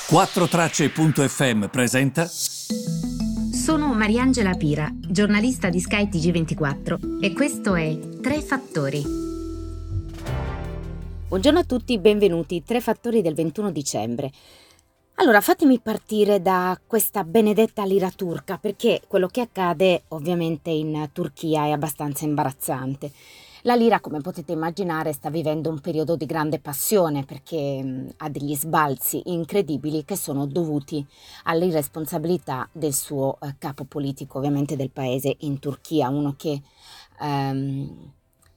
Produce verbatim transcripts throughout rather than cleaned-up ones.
quattro tracce punto effe emme presenta. Sono Mariangela Pira, giornalista di Sky T G ventiquattro e questo è Tre Fattori. Buongiorno a tutti, benvenuti. Tre Fattori del ventuno dicembre. Allora, fatemi partire da questa benedetta lira turca, perché quello che accade ovviamente in Turchia è abbastanza imbarazzante. La lira, come potete immaginare, sta vivendo un periodo di grande passione perché mh, ha degli sbalzi incredibili che sono dovuti all'irresponsabilità del suo eh, capo politico, ovviamente del paese in Turchia, uno che ehm,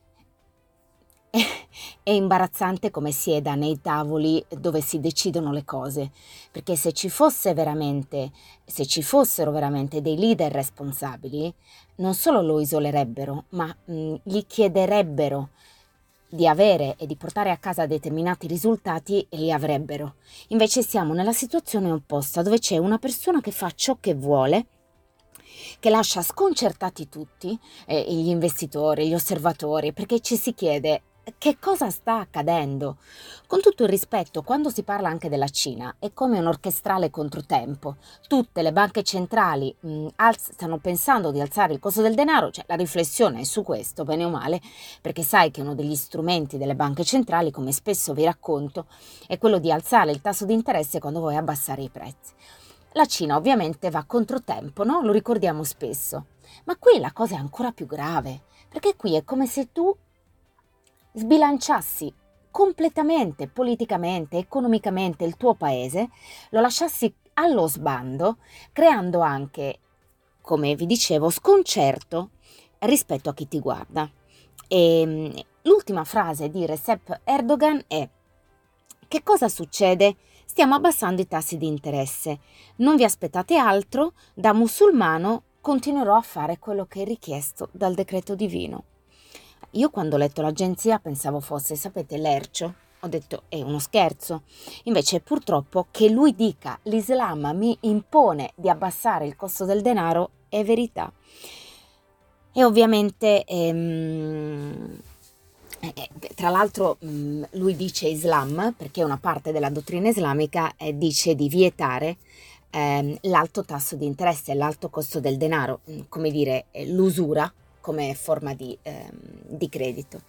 è, è imbarazzante come sieda nei tavoli dove si decidono le cose, perché se ci fosse veramente, se ci fossero veramente dei leader responsabili, non solo lo isolerebbero, ma mh, gli chiederebbero di avere e di portare a casa determinati risultati e li avrebbero. Invece siamo nella situazione opposta, dove c'è una persona che fa ciò che vuole, che lascia sconcertati tutti, eh, gli investitori, gli osservatori, perché ci si chiede che cosa sta accadendo. Con tutto il rispetto, quando si parla anche della Cina, è come un orchestrale controtempo. Tutte le banche centrali mh, alz- stanno pensando di alzare il costo del denaro, cioè la riflessione è su questo, bene o male, perché sai che uno degli strumenti delle banche centrali, come spesso vi racconto, è quello di alzare il tasso di interesse quando vuoi abbassare i prezzi. La Cina ovviamente va controtempo, no? Lo ricordiamo spesso. Ma qui la cosa è ancora più grave, perché qui è come se tu sbilanciassi completamente, politicamente, economicamente il tuo paese, lo lasciassi allo sbando, creando anche, come vi dicevo, sconcerto rispetto a chi ti guarda. E l'ultima frase di Recep Erdogan è: che cosa succede? Stiamo abbassando i tassi di interesse. Non vi aspettate altro, da musulmano continuerò a fare quello che è richiesto dal decreto divino. Io quando ho letto l'agenzia pensavo fosse, sapete, lercio. Ho detto è uno scherzo. Invece purtroppo che lui dica l'Islam mi impone di abbassare il costo del denaro è verità. E ovviamente ehm, eh, tra l'altro mh, lui dice Islam perché una parte della dottrina islamica eh, dice di vietare ehm, l'alto tasso di interesse, l'alto costo del denaro, mh, come dire eh, l'usura come forma di, ehm, di credito.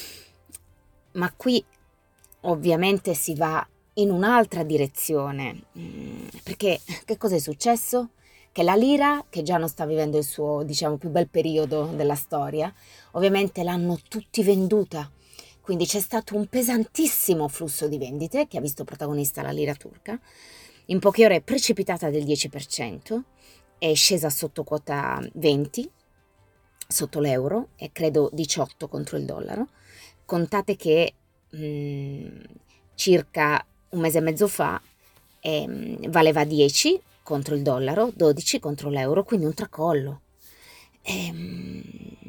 Ma qui ovviamente si va in un'altra direzione, mh, perché che cosa è successo? Che la lira, che già non sta vivendo il suo, diciamo, più bel periodo della storia, ovviamente l'hanno tutti venduta. Quindi c'è stato un pesantissimo flusso di vendite che ha visto protagonista la lira turca. In poche ore è precipitata del dieci per cento, è scesa sotto quota venti, sotto l'euro, e credo diciotto contro il dollaro. Contate che mh, circa un mese e mezzo fa eh, valeva dieci contro il dollaro, dodici contro l'euro, quindi un tracollo. Ehm,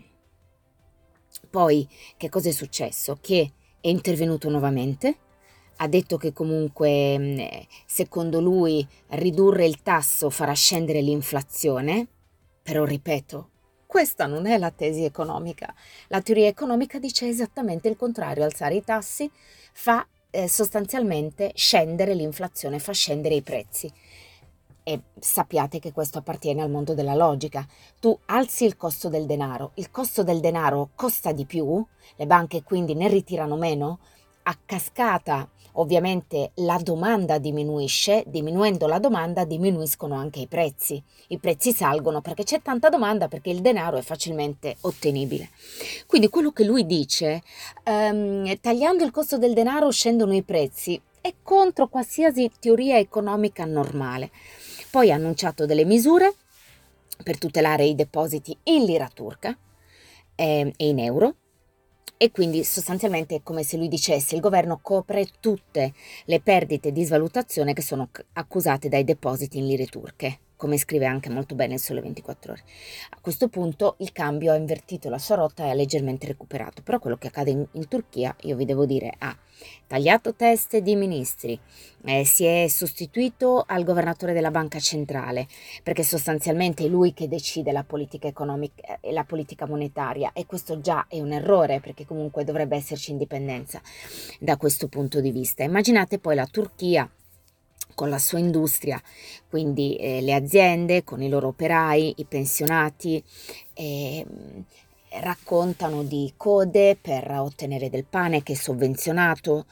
poi che cosa è successo? Che è intervenuto nuovamente, ha detto che comunque mh, secondo lui ridurre il tasso farà scendere l'inflazione, però ripeto, questa non è la tesi economica. La teoria economica dice esattamente il contrario: alzare i tassi fa eh, sostanzialmente scendere l'inflazione, fa scendere i prezzi. E sappiate che questo appartiene al mondo della logica. Tu alzi il costo del denaro, il costo del denaro costa di più, le banche quindi ne ritirano meno, a cascata ovviamente la domanda diminuisce, diminuendo la domanda diminuiscono anche i prezzi. I prezzi salgono perché c'è tanta domanda, perché il denaro è facilmente ottenibile. Quindi quello che lui dice, ehm, tagliando il costo del denaro scendono i prezzi, è contro qualsiasi teoria economica normale. Poi ha annunciato delle misure per tutelare i depositi in lira turca eh, e in euro, e quindi sostanzialmente è come se lui dicesse: il governo copre tutte le perdite di svalutazione che sono accusate dai depositi in lire turche, come scrive anche molto bene il Sole ventiquattro Ore. A questo punto il cambio ha invertito la sua rotta e ha leggermente recuperato, però quello che accade in, in Turchia, io vi devo dire, ha tagliato teste di ministri, eh, si è sostituito al governatore della banca centrale, perché sostanzialmente è lui che decide la politica economica e la politica monetaria, e questo già è un errore, perché comunque dovrebbe esserci indipendenza da questo punto di vista. Immaginate poi la Turchia con la sua industria, quindi eh, le aziende con i loro operai, i pensionati, eh, raccontano di code per ottenere del pane che è sovvenzionato,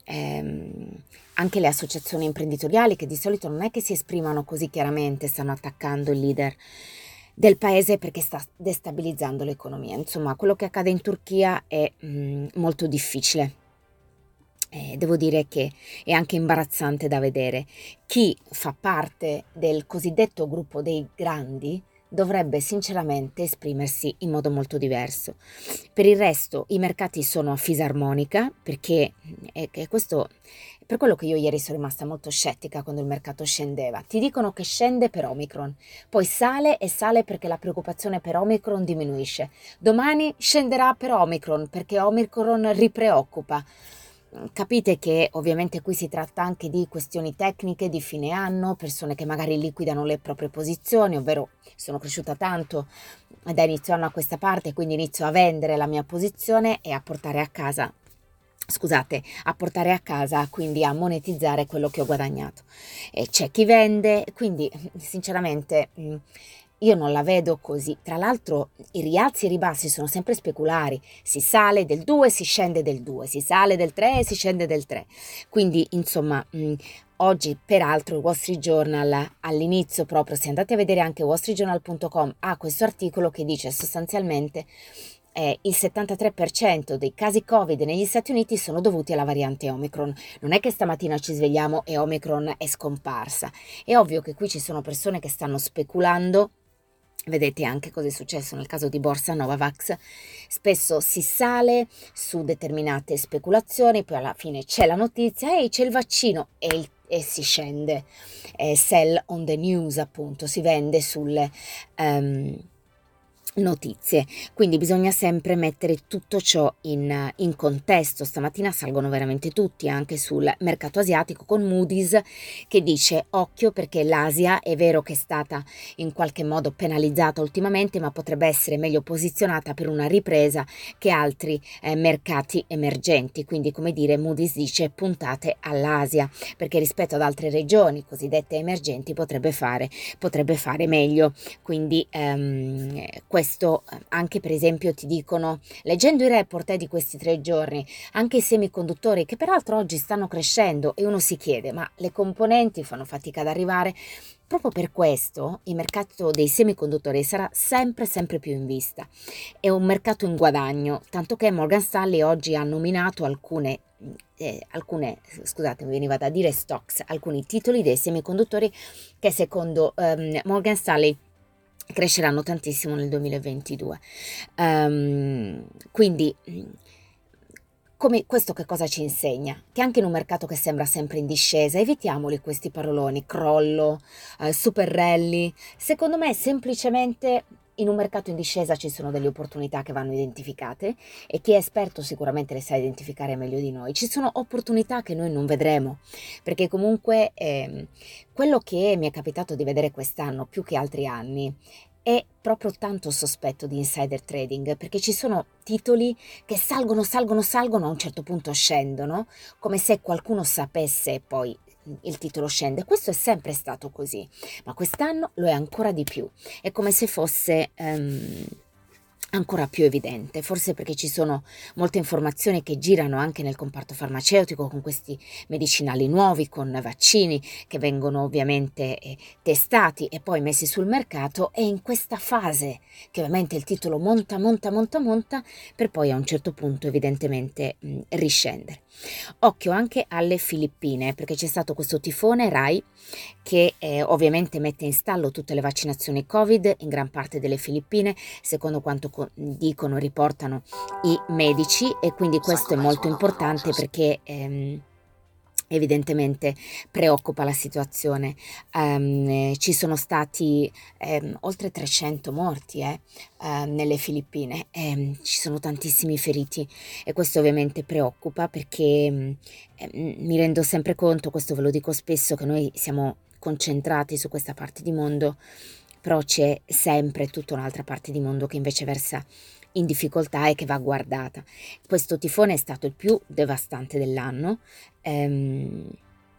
ehm, anche le associazioni imprenditoriali che di solito non è che si esprimano così chiaramente, stanno attaccando il leader del paese perché sta destabilizzando l'economia. Insomma, quello che accade in Turchia è mh, molto difficile. Eh, devo dire che è anche imbarazzante da vedere. Chi fa parte del cosiddetto gruppo dei grandi dovrebbe sinceramente esprimersi in modo molto diverso. Per il resto i mercati sono a fisarmonica, perché è, è questo è per quello che io ieri sono rimasta molto scettica quando il mercato scendeva. Ti dicono che scende per Omicron, poi sale e sale perché la preoccupazione per Omicron diminuisce. Domani scenderà per Omicron perché Omicron ripreoccupa. Capite che ovviamente qui si tratta anche di questioni tecniche di fine anno, persone che magari liquidano le proprie posizioni, ovvero sono cresciuta tanto da inizio anno a questa parte, quindi inizio a vendere la mia posizione e a portare a casa, scusate, a portare a casa, quindi a monetizzare quello che ho guadagnato. E c'è chi vende, quindi sinceramente io non la vedo così. Tra l'altro i rialzi e i ribassi sono sempre speculari, si sale del due, si scende del due, si sale del tre e si scende del tre. Quindi insomma mh, oggi peraltro il Wall Street Journal all'inizio proprio, se andate a vedere anche wall street journal punto com, ha questo articolo che dice sostanzialmente eh, il settantatré per cento dei casi Covid negli Stati Uniti sono dovuti alla variante Omicron. Non è che stamattina ci svegliamo e Omicron è scomparsa. È ovvio che qui ci sono persone che stanno speculando. Vedete anche cosa è successo nel caso di Borsa Novavax, spesso si sale su determinate speculazioni, poi alla fine c'è la notizia, ehi c'è il vaccino e, il, e si scende, eh, sell on the news appunto, si vende sulle um, notizie, quindi bisogna sempre mettere tutto ciò in, in contesto. Stamattina salgono veramente tutti anche sul mercato asiatico con Moody's che dice occhio perché l'Asia è vero che è stata in qualche modo penalizzata ultimamente, ma potrebbe essere meglio posizionata per una ripresa che altri eh, mercati emergenti, quindi come dire Moody's dice puntate all'Asia perché rispetto ad altre regioni cosiddette emergenti potrebbe fare, potrebbe fare meglio, quindi ehm, questo anche per esempio ti dicono, leggendo i report eh, di questi tre giorni, anche i semiconduttori che peraltro oggi stanno crescendo e uno si chiede ma le componenti fanno fatica ad arrivare. Proprio per questo il mercato dei semiconduttori sarà sempre sempre più in vista, è un mercato in guadagno, tanto che Morgan Stanley oggi ha nominato alcune Eh, alcune, scusate, mi veniva da dire stocks, alcuni titoli dei semiconduttori che secondo um, Morgan Stanley cresceranno tantissimo nel duemilaventidue. Um, quindi come, questo che cosa ci insegna? Che anche in un mercato che sembra sempre in discesa, evitiamoli questi paroloni, crollo, eh, super rally. Secondo me semplicemente in un mercato in discesa ci sono delle opportunità che vanno identificate e chi è esperto sicuramente le sa identificare meglio di noi. Ci sono opportunità che noi non vedremo, perché comunque ehm, quello che mi è capitato di vedere quest'anno più che altri anni è proprio tanto sospetto di insider trading, perché ci sono titoli che salgono, salgono, salgono, a un certo punto scendono, come se qualcuno sapesse e poi il titolo scende. Questo è sempre stato così, ma quest'anno lo è ancora di più. È come se fosse um, ancora più evidente, forse perché ci sono molte informazioni che girano anche nel comparto farmaceutico con questi medicinali nuovi, con vaccini che vengono ovviamente eh, testati e poi messi sul mercato, e in questa fase che ovviamente il titolo monta, monta, monta, monta per poi a un certo punto evidentemente mh, riscendere. Occhio anche alle Filippine, perché c'è stato questo tifone Rai che eh, ovviamente mette in stallo tutte le vaccinazioni Covid in gran parte delle Filippine, secondo quanto co- dicono, riportano i medici, e quindi questo è molto importante perché ehm, evidentemente preoccupa la situazione. Um, ci sono stati um, oltre trecento morti eh, uh, nelle Filippine, um, ci sono tantissimi feriti e questo ovviamente preoccupa perché um, mi rendo sempre conto, questo ve lo dico spesso, che noi siamo concentrati su questa parte di mondo, però c'è sempre tutta un'altra parte di mondo che invece versa in difficoltà e che va guardata. Questo tifone è stato il più devastante dell'anno, ehm,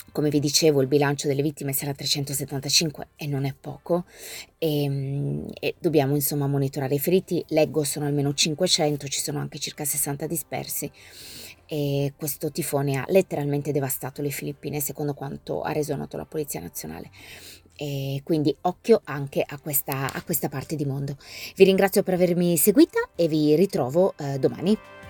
Come vi dicevo, il bilancio delle vittime sarà trecentosettantacinque e non è poco, e, e dobbiamo insomma monitorare i feriti. Leggo sono almeno cinquecento, ci sono anche circa sessanta dispersi, e questo tifone ha letteralmente devastato le Filippine, secondo quanto ha reso noto la Polizia Nazionale. E quindi occhio anche a questa, a questa parte di mondo. Vi ringrazio per avermi seguita e vi ritrovo eh, domani.